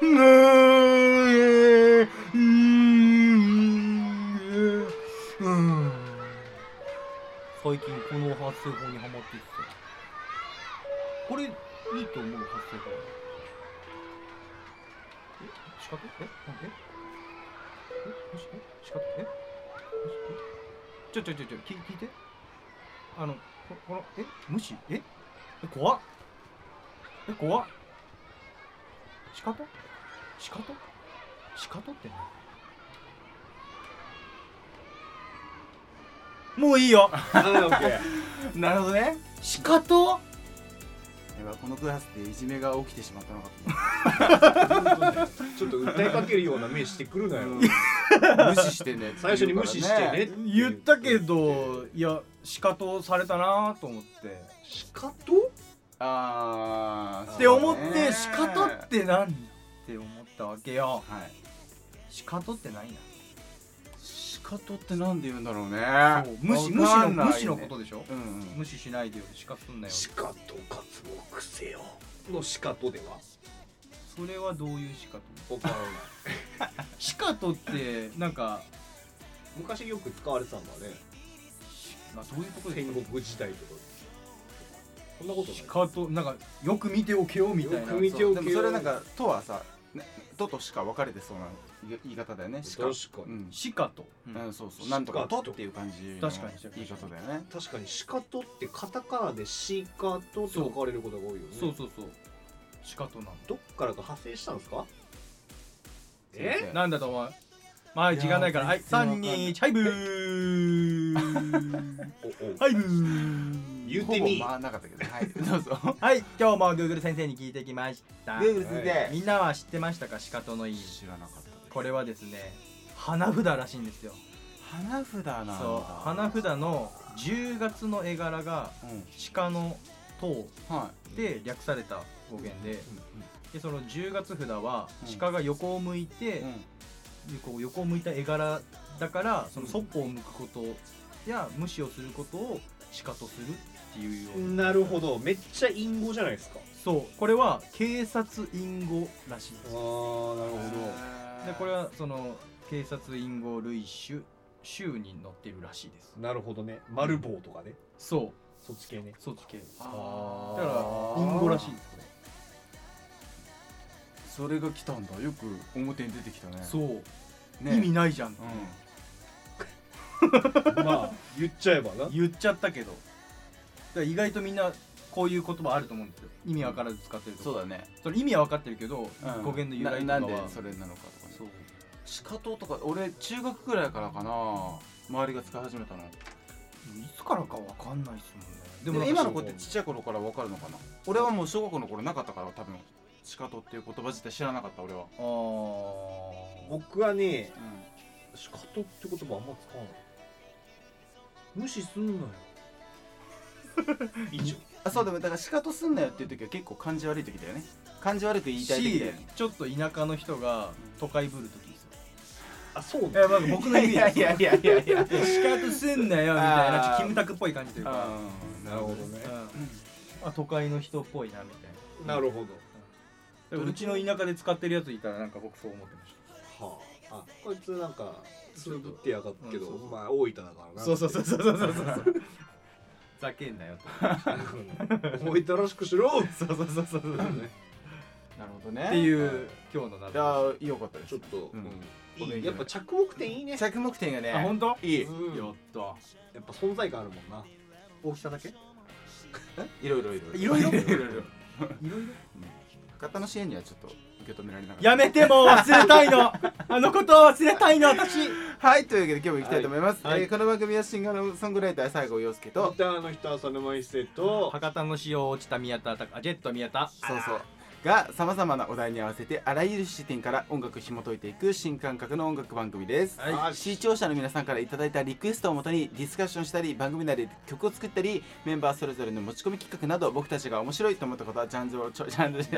最近この発声法にハマってきた。これいいと思う発声法。仕方？なんで？もし仕方？もしちょ聞いて。この無視？怖っ。怖っ。仕方って何？もういいよ。 なるほどね。 仕方？ このクラスでいじめが起きてしまったのかと。 ちょっと訴えかけるような目してくるなよ。 無視してね。 最初に無視してね。 言ったけど、いや、仕方されたなと思って。 仕方？ って思って、仕方って何って思ったわけよ。 はい。 仕方って何や？ 仕方ってなんで言うんだろうね。 無視のことでしょ。無視しないでよ。仕方すんなよ。 仕方活目せよの仕方では。 それはどういう仕方？ わからない。 仕方ってなんか昔よく使われてたんだね。 どういうところで？ 戦国時代とか。そんなことない。 仕方なんかよく見ておけよみたいな。 よく見ておけよ。 でもそれなんかとはさ、ととしか分かれてそうな言い方だよね。 確かに。 しかと。 そうそう。なんとかとっていう感じの言い方だよね。 確かにしかとってカタカナでしかとって書かれることが多いよね。 そう。しかとなん。 どっからか派生したんですか？ なんだと思う？まあ時間ないから。はい、3、2、1、はいブー。はいブー。 言うてみ。 まあなかったけど。はい。どうぞ。 はい、今日も Google 先生に聞いてきました。 Google 先生。 みんなは知ってましたか？しかとの意味。 知らなかった。 これはですね、花札らしいんですよ。 花札なんだ。 そう、花札の10月の絵柄が鹿の頭で略された語源で、その10月札は鹿が横を向いて、横を向いた絵柄だから、そのそっぽを向くことや無視をすることを鹿とするっていうような。 なるほど、めっちゃ隠語じゃないですか。 そう、これは警察隠語らしいです。 なるほど。 でこれはその警察隠語類種に載っているらしいです。 なるほどね。丸棒とかね。 そう。 そっち系ね。 そっち系。だあから隠語らしいです。 それが来たんだ。よく表に出てきたね。 そう。意味ないじゃん。 まあ言っちゃえばな。 言っちゃったけど。だから意外とみんなこういう言葉あると思うんですよ。意味わからず使ってると。 そうだね。 それ意味は分かってるけど、語源の由来とかはなんでそれなのかとかね。 そう。 しかととか俺中学くらいからかな、周りが使い始めたの。いつからか分かんないっすもんね。 でも今の子ってちっちゃい頃から分かるのかな。俺はもう小学校の頃なかったから多分しかとっていう言葉自体知らなかった俺は。 僕はね、しかとって言葉あんま使わない。無視すんなよ。以上。 そうでもだからしかとすんなよっていう時は結構感じ悪い時だよね。感じ悪く言いたい時だよね。 ちょっと田舎の人が都会ぶる時ですよ。 あ、そうね。 まず僕の意味です。 いやしかとすんなよみたいなキムタクっぽい感じというか。 なるほどね。 都会の人っぽいなみたいな。なるほど。うちの田舎で使ってるやついたらなんか僕そう思ってました。 はあ。あ、こいつなんかつぶってやがったけど、まあ大分だからな。 そう。ざけんなよと。 大分らしくしろ。 そう。 なるほどね。 っていう今日のいや良かったです。 ちょっとやっぱ着目点いいね。 着目点がね。 あ、本当？ いい。 やった。 やっぱ存在感あるもんな。 大きさだけ？ いろいろ。博多の支援にはちょっと受け止められなかった。 やめて、もう忘れたいの。あのことを忘れたいの私。 はい、というわけで今日も行きたいと思います。この番組はシンガーソングライター西郷陽介とギターの人浅沼一生と博多の塩落ちた宮田ジェット宮田。 そうがさまざまなお題に合わせてあらゆる視点から音楽を紐解いていく新感覚の音楽番組です。視聴者の皆さんからいただいたリクエストをもとにディスカッションしたり、番組内で曲を作ったり、メンバーそれぞれの持ち込み企画など僕たちが面白いと思ったことはジャンルを問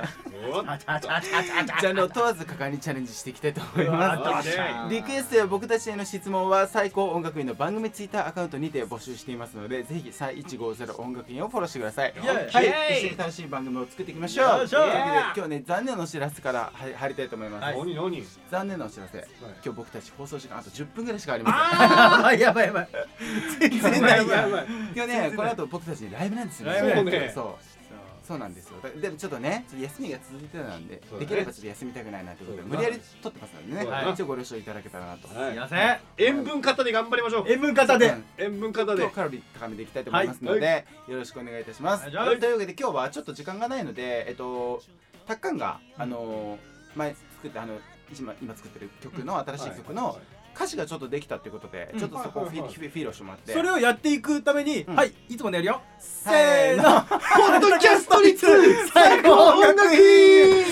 わず果敢にチャレンジしていきたいと思います。リクエストや僕たちへの質問は最高音楽院の番組ツイッターアカウントにて募集していますので、ぜひ3150音楽院をフォローしてください。はい、一緒に楽しい番組を作っていきましょう。 今日ね残念なお知らせから入りたいと思います。 何残念なお知らせ。今日僕たち放送時間あと10分ぐらいしかありません。 やばいやばい。全然ないやばい。 今日ねこの後僕たちライブなんですよね。そうなんですよ。でもちょっとね休みが続いてたんでできればちょっと休みたくないなということで無理やり撮ってますのでね、一応ご了承いただけたらなと。 すいません。 塩分型で頑張りましょう。 塩分型で今日カロリー高めていきたいと思いますのでよろしくお願いいたします。というわけで今日はちょっと時間がないのでタッカンが前作って今作ってる曲の新しい曲の歌詞がちょっとできたっていうことでちょっとそこをフィールしてもらって、 それをやっていくためにはいいつものやるよ。せーの。 ポッドキャスト率最高音楽費。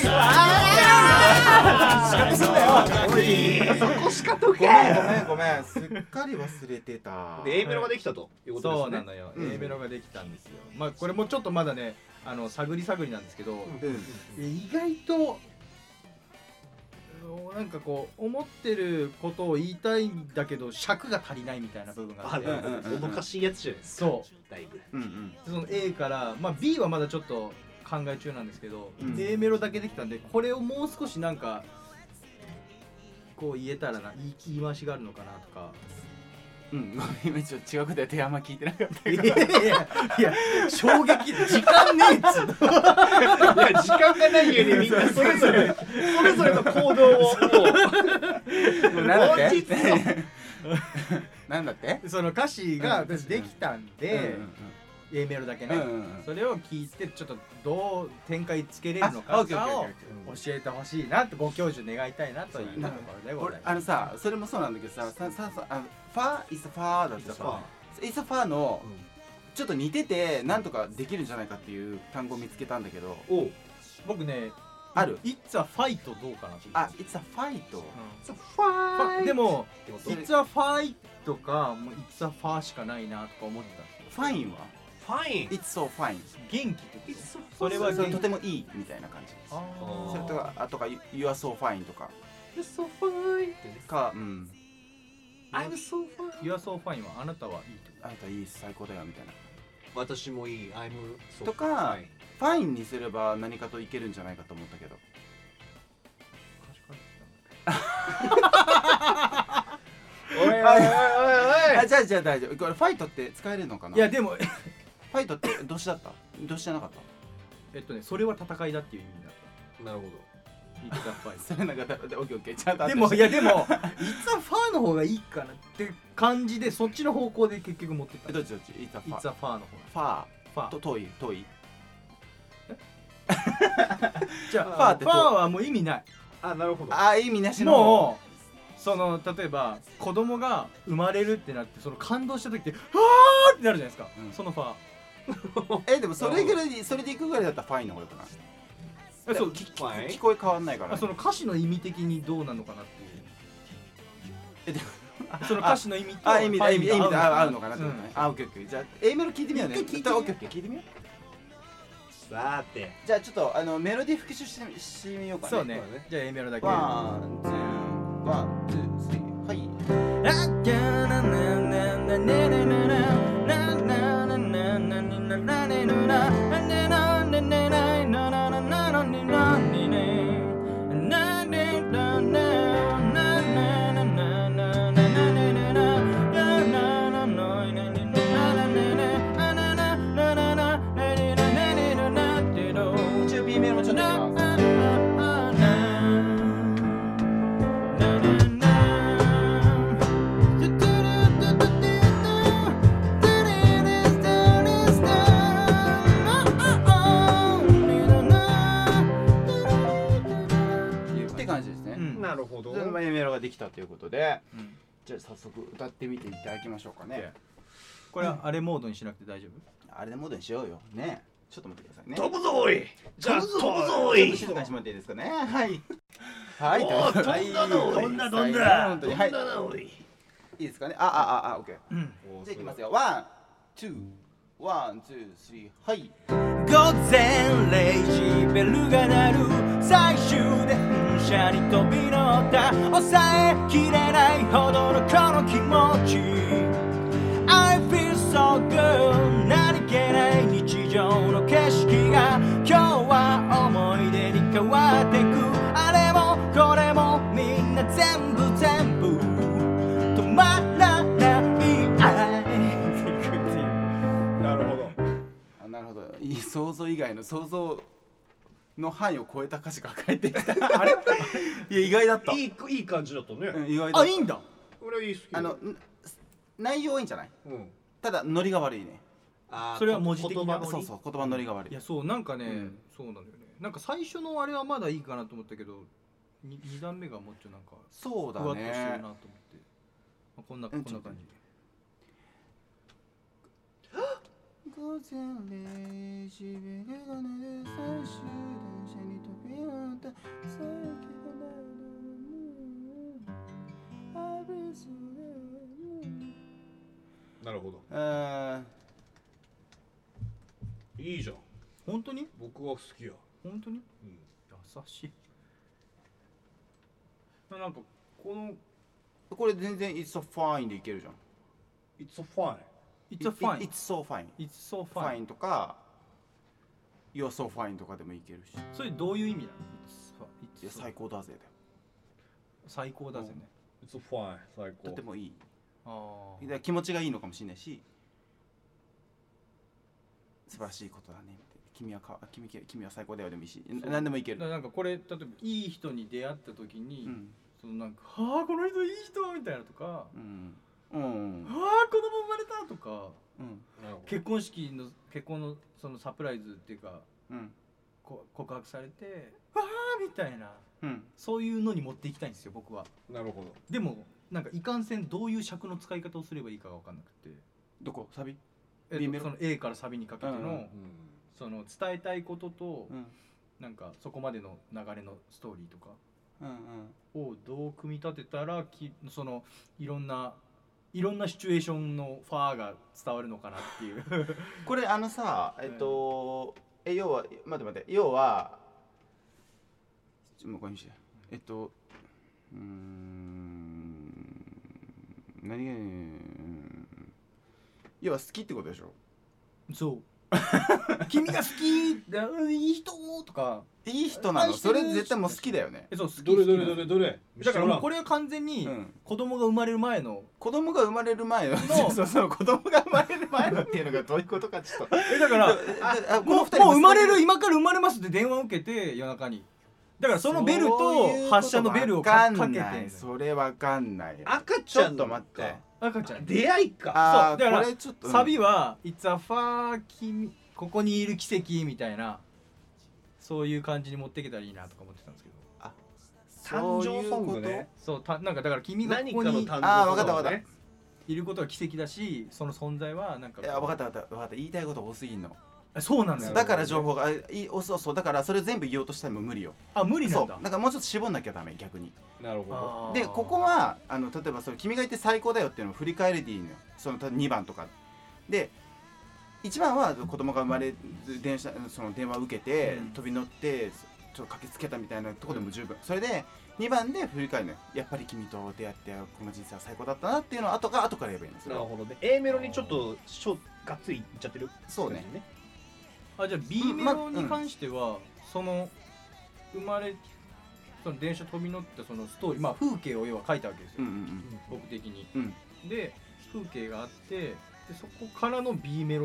そこしか解け。 ごめんすっかり忘れてた。 で A メロができたということですね。 そうなのよ。A メロができたんですよ。まあこれもちょっとまだね探りなんですけど、意外となんかこう思ってることを言いたいんだけど尺が足りないみたいな部分があって、 おどかしいやつじゃないですか。 そうだいぶその A からB はまだちょっと考え中なんですけど、A メロだけできたんでこれをもう少しなんかこう言えたらな言い回しがあるのかなとか。 今ちょっと違うことやってあんま聞いてなかったけど。 いや衝撃時間ねえっつうの。 いや時間がないようにみんなそれぞれの行動をなんだってその歌詞ができたんで A メロだけねそれを聞いてちょっとどう展開つけれるのかを教えてほしいなってご教授願いたいなというところでございます。 さそれもそうなんだけどさファーイスファーだってさイスファーのちょっと似ててなんとかできるんじゃないかっていう単語を見つけたんだけど僕ねある It's a fight どうかなと。 It's a fight でも It's a fight かもう It's a far しかないなとか思ってたんですよ。 ファインはファイン It's so fine 元気ってそれはとてもいいみたいな感じ。それとか You are so fine とか You're so fine か I'm so fine You are so fine はあなたはいいあなたいい最高だよみたいな私もいい I'm so とかファインにすれば何かといけるんじゃないかと思ったけどおいじゃあ大丈夫これファイトって使えるのかな。 いやでもファイトって動詞だった動詞じゃなかったそれは戦いだっていう意味だった。 なるほどそれなんかオッケーちゃんとでもIt's a far の方がいいかなって感じでそっちの方向で結局持ってった。 どっち It's a far の方ファー遠いじゃあファーはもう意味ない。 なるほど意味なしのもう例えば子供が生まれるってなってその感動した時ってはーってなるじゃないですかそのファーでもそれぐらいそれでいくぐらいだったらファインの方がよくない。そう聞こえ変わんないからその歌詞の意味的にどうなのかなっていうその歌詞の意味と意味で合うのかなってことね。オッケーじゃあ A メロ聞いてみようね。オッケー聞いてみよう。 さーてじゃあちょっとメロディー復習してみようかね。 そうねじゃあ A メロだけワン、ツー、スリー、はい一応 B メロもちょっといきます。 なるほど。 A メロができたということで、じゃあ早速歌ってみていただきましょうかね。 これはあれモードにしなくて大丈夫？ あれでモードにしようよね。ちょっと待ってくださいね。 飛ぶぞい。じゃあ飛ぶぞい。 静かにしてもらっていいですかね。はいはい。 飛んだの。 飛んだ本当にはい。いいですかね。オッケー。じゃあいきますよ。ワン、ツー、スリー、はい。 午前0時ベルが鳴る最終電車に飛び乗った抑えきれないほどのこの気持ち I feel so good 何気ない日常の景色が今日は思い出にるほど。想像以外の想像の範囲を超えた歌詞が書いてきたあれいや意外だった。 いい感じだったね、 意外だった。 あ、いいんだ。 俺いい好き。 内容いいんじゃない？ただノリが悪いね。 それは文字的な。 そうそう、言葉のノリが悪い。 いや、そうなんかね、そうなんだよね。なんか最初のあれはまだいいかなと思ったけど、2段目がもうちょっとなんかそうだね、 ふわっとしてるなと思って、こんな感じ。 午前0時ベルが鳴る最終電車に飛び乗った最近なるほど。いいじゃん。 本当に？ 僕は好きや。 本当に？優しい。なんかこれ全然 It's so fine でいけるじゃん。 It's so fine It's so fine It's so fine とか You're so fine とかでもいけるし。 それどういう意味なの？ いや最高だぜだよ。 最高だぜね。 It's so fine 最高。 とてもいい。 だから気持ちがいいのかもしれないし、素晴らしいことだねって。君は最高だよでもいいし、何でもいける。 なんかこれ例えばいい人に出会った時に、そのなんかこの人いい人みたいなとか、子供生まれたとか、結婚のそのサプライズっていうか、告白されてみたいな、そういうのに持っていきたいんですよ僕は。 なるほど。 でもなんかいかんせんどういう尺の使い方をすればいいかが分かんなくて。 どこ？サビ？ その A からサビにかけてのその伝えたいことと、なんかそこまでの流れのストーリーとかをどう組み立てたらそのいろんなシチュエーションのファーが伝わるのかなっていうこれさ要は待って要はもうこれにして何が要は好きってことでしょ。 そう君が好きいい人とか。 いい人なの？それ絶対もう好きだよね。 そう好き。 どれだからもうこれは完全に子供が生まれる前のそう子供が生まれる前のっていうのがどういうことかちょっとだからもう生まれる今から生まれますって電話を受けて夜中に。だからそのベルと発射のベルをかけて。 それわかんない。 赤ちゃんと待って。 赤ちゃん出会いか。 そうだからサビは「It's a far 君ここにいる奇跡」みたいなそういう感じに持っていけたらいいなとか思ってたんですけど。 誕生ソングね。 そうなんかだから君がここに分かったいることが奇跡だし、その存在はなんか分かった言いたいこと多すぎんの。 そうなんだよ。 だから情報がそうだからそれ全部言おうとしても無理よ。 無理なんだ。 だからもうちょっと絞んなきゃダメ逆に。 なるほど。 でここは例えば君が言って最高だよっていうのを振り返りでいいのよ。その2番とかで1番は子供が生まれその電話を受けて、飛び乗ってちょっと駆けつけたみたいなところでも十分、それで2番で振り返るのよ。やっぱり君と出会ってこの人生は最高だったなっていうのを後から言えばいいんですよ。 なるほどね。A メロにちょっとがっつりいっちゃってる。 そうね。 じゃあ B メロに関しては、そのその電車飛び乗ったそのストーリー、風景を要は書いたわけですよ、僕的に。で風景があってでそこからの B メロって、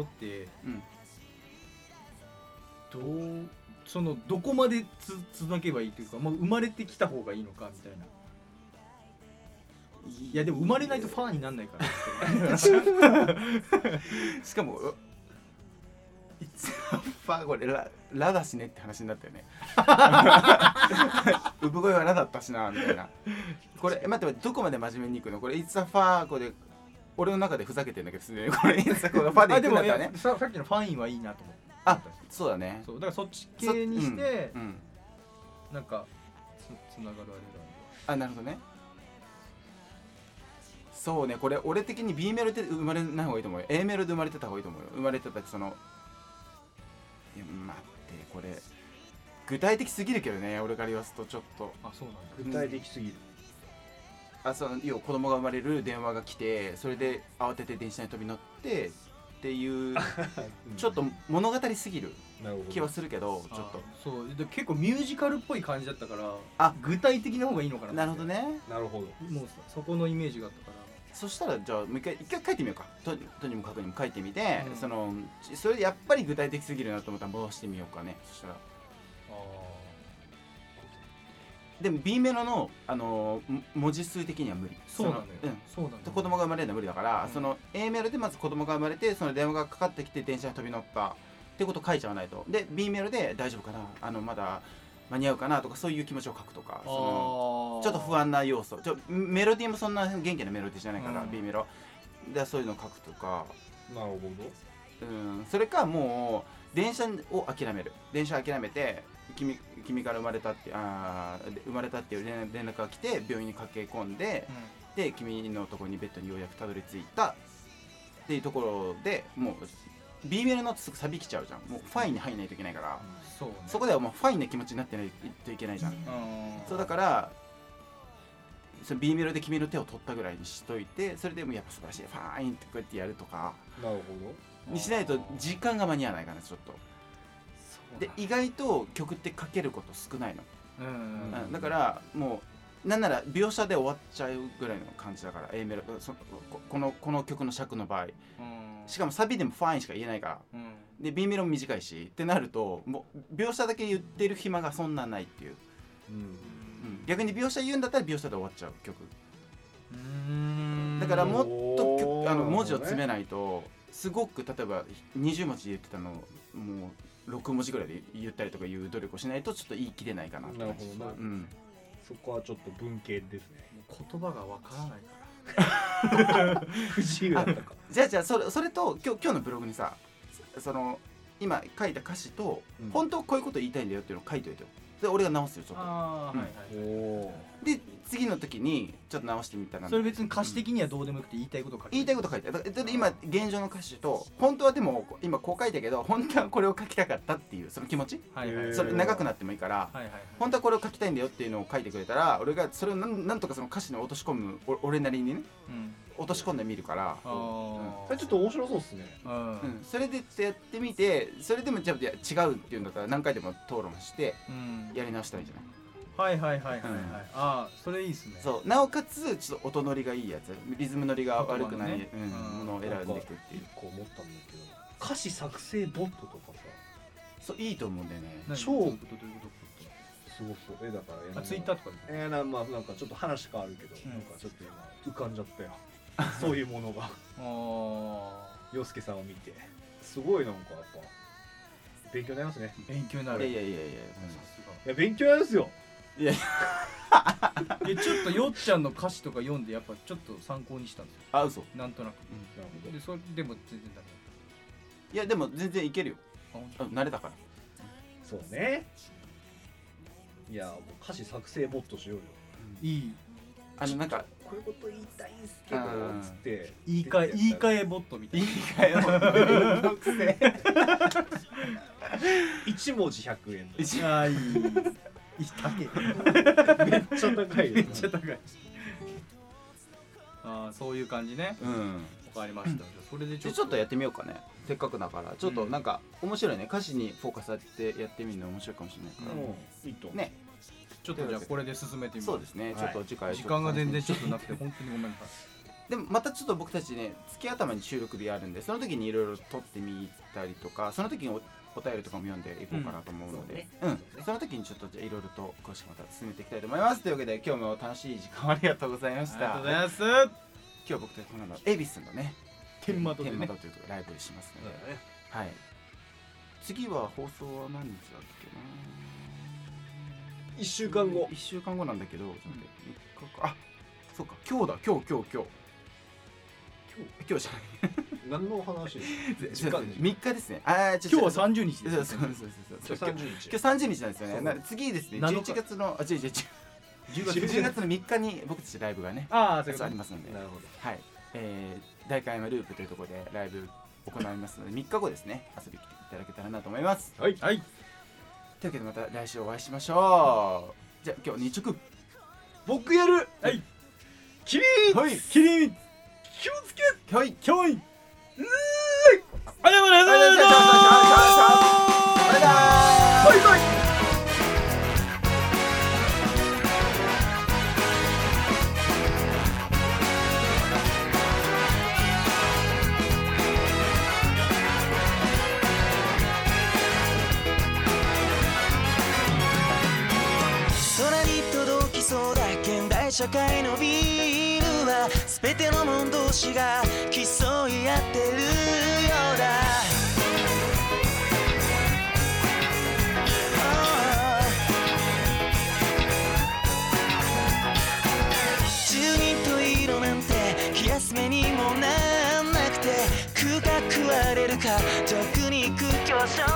どこまでつなげばいいというか、もう生まれてきた方がいいのかみたいな。いやでも生まれないとファンになんないからしかもこれラだしねって話になったよね産声はラだったしなみたいな。これ待ってどこまで真面目にいくのこれ。いつさファーこれ俺の中でふざけてんだけどすでにこれいつさファでいくんだったらね。 さっきのファインはいいなと思って。 そうだね。 そうだからそっち系にしてなんかつながるあれだ。 なるほどね。そうね、これ俺的に B メロで生まれない方がいいと思うよ。 A メロで生まれてた方がいいと思うよ。生まれてたその待ってこれ具体的すぎるけどね、俺から言わすとちょっと。 そうなんだ。 具体的すぎる。 要は子供が生まれる電話が来て、それで慌てて電車に飛び乗ってっていうちょっと物語すぎる気はするけど、ちょっとそうで結構ミュージカルっぽい感じだったから具体的な方がいいのかな。 なるほどね。 なるほど。 もうそこのイメージがあったから。 そしたらじゃあもう一回書いてみようか。とにもかくにも書いてみて、それやっぱり具体的すぎるなと思ったら戻してみようかね。そしたらでも B メロの、文字数的には無理。 そうなのよ、そうなのよ。 子供が生まれるのは無理だから、その A メロでまず子供が生まれて、その電話がかかってきて電車に飛び乗ったってことを書いちゃわないと。で B メロで大丈夫かな、まだ間に合うかなとか、そういう気持ちを書くとか、ちょっと不安な要素、メロディーもそんな元気なメロディーじゃないから、B メロでそういうのを書くとか。 なるほど。 それかもう電車を諦める。電車諦めて君から生まれたっていう連絡が来て病院に駆け込んで、で君のところにベッドにようやくたどり着いたっていうところで、もう B メロのすぐサビ来ちゃうじゃん。もうファインに入んないといけないから、そこではもうファインな気持ちになってないといけないじゃん。そうだからその B メロで君の手を取ったぐらいにしといて、それでもやっぱ素晴らしいファインってこうやってやるとかにしないと時間が間に合わないかな、ちょっと。で意外と曲ってかけること少ないの、だからもうなんなら描写で終わっちゃうぐらいの感じだから、 A メロこの曲の尺の場合、しかもサビでもファインしか言えないから、で B メロも短いしってなると、もう描写だけ言ってる暇がそんなないっていう、逆に描写言うんだったら描写で終わっちゃう曲だから、もっと文字を詰めないと、すごく例えば20文字言ってたのもう6文字ぐらいで言ったりとかいう努力をしないとちょっと言い切れないかな。 なるほどな、そこはちょっと文系ですね。 言葉がわからないから不自由だったか。 じゃあそれと今日のブログにさ、その今書いた歌詞と、本当こういうこと言いたいんだよっていうのを書いておいてよ。で俺が直すよちょっと。で次の時にちょっと直してみたら、 それ別に歌詞的にはどうでもよくて言いたいこと書いて、 言いたいこと書いて、だって今現状の歌詞と本当はでも今こう書いたけど本当はこれを書きたかったっていうその気持ち、それ長くなってもいいから、本当はこれを書きたいんだよっていうのを書いてくれたら、俺がそれをなんとかその歌詞に落とし込む、俺なりにね、落とし込んでみるから、 それちょっと面白そうっすね。 それでやってみて、それでもじゃあ違うっていうんだったら何回でも討論してやり直したらいいんじゃない？ それいいっすね。 そうなおかつちょっと音乗りがいいやつ、リズム乗りが悪くないものを選んでいくっていう。 1個思ったんだけど、歌詞作成ボットとかさ、 そういいと思うんだよね。 超すごそう。だからツイッターとかでまあなんかちょっと話変わるけど、なんかちょっと今浮かんじゃったよそういうものが陽介さんを見て、すごいなんかやっぱ勉強になりますね。 勉強になる。 いや勉強になりますよ。 いやちょっとよっちゃんの歌詞とか読んでやっぱちょっと参考にしたんですよ。 あ、嘘。 なんとなく。でそれでも全然ダメ。 いやでも全然いけるよ。慣れたから。 そうね。いやもう歌詞作成ボットしようよ。 いい。 なんかこういうこと言いたいんすけどつって言い換えボットみたいな。 言い換えボット 1文字100円とか。 ああいい。めっちゃ高い。 めっちゃ高い。ああそういう感じね。わかりました。それでちょっとやってみようかね。せっかくだからちょっとなんか面白いね。歌詞にフォーカス当ててやってみるの面白いかもしれないから。 いいとね。 ちょっとじゃあこれで進めてみる。 そうですね。ちょっと次回時間が全然ちょっとなくて本当にごめんなさい。 でもまたちょっと僕たちね月頭に収録日あるんで、その時にいろいろ撮ってみたりとか、その時にお便りとかも読んでいこうかなと思うので、その時にちょっといろいろと詳しくまた進めていきたいと思います。というわけで今日も楽しい時間ありがとうございました。 ありがとうございます。 今日僕たちこの恵比寿のね天窓でねというところライブしますので、はい。次は放送は何日だっけな。 1週間後。 1週間後なんだけど、あ、そうか、今日だ、今日じゃない何の話 3日ですね。 今日は30日です。 今日30日なんですよね。次ですね、11月の10月の3日に僕たちライブがねありますので、はい、代官山ループというところでライブ行いますので、3日後ですね、遊びに来ていただけたらなと思います。 はい。 というわけでまた来週お会いしましょう。じゃあ今日日直僕やる。 はい。 キリン気をつけ。 はい。 ありがとうございます。 社会のビールは全ての者同士が競い合ってるようだ。十人十色なんて気休めにもなんなくて、食うか食われるか特に苦境症の世界。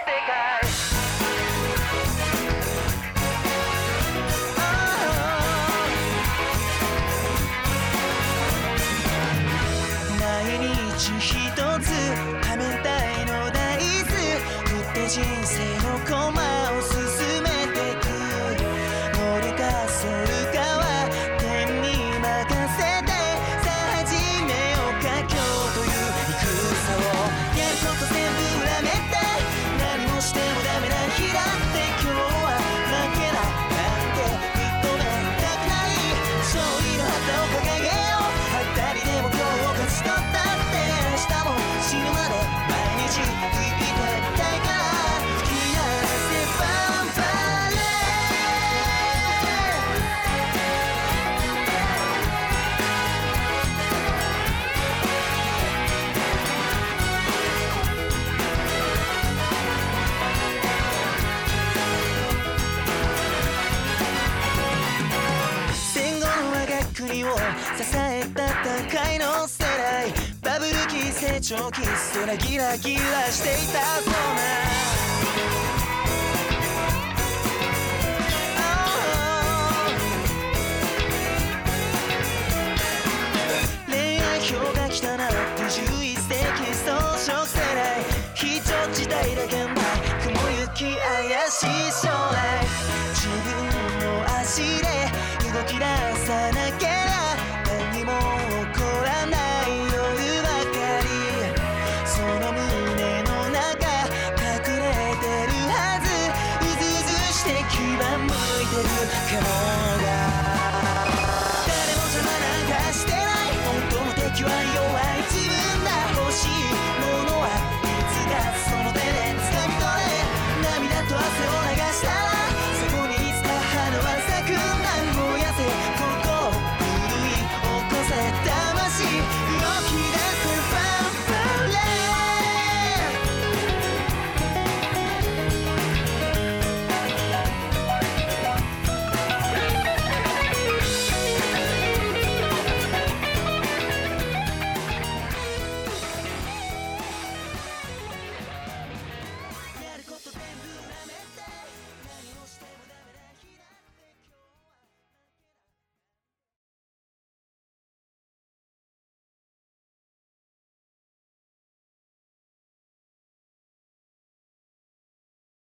毎日一つ仮面体の大豆振って人生の駒を進めてく。乗るかそるかは天に任せて、さあ始めようか今日という戦を。やること全部裏めて何もしてもダメな日だって今日は負けないなんて認めたくない。勝利の旗を掲げよう。当たりでも今日を勝ち取ったって明日も死ぬまで毎日生きてたいから。吹き荒らせファンファーレ。戦後の我が国を支えた戦いの世代、バブル期成長期そらギラギラしていたそうな。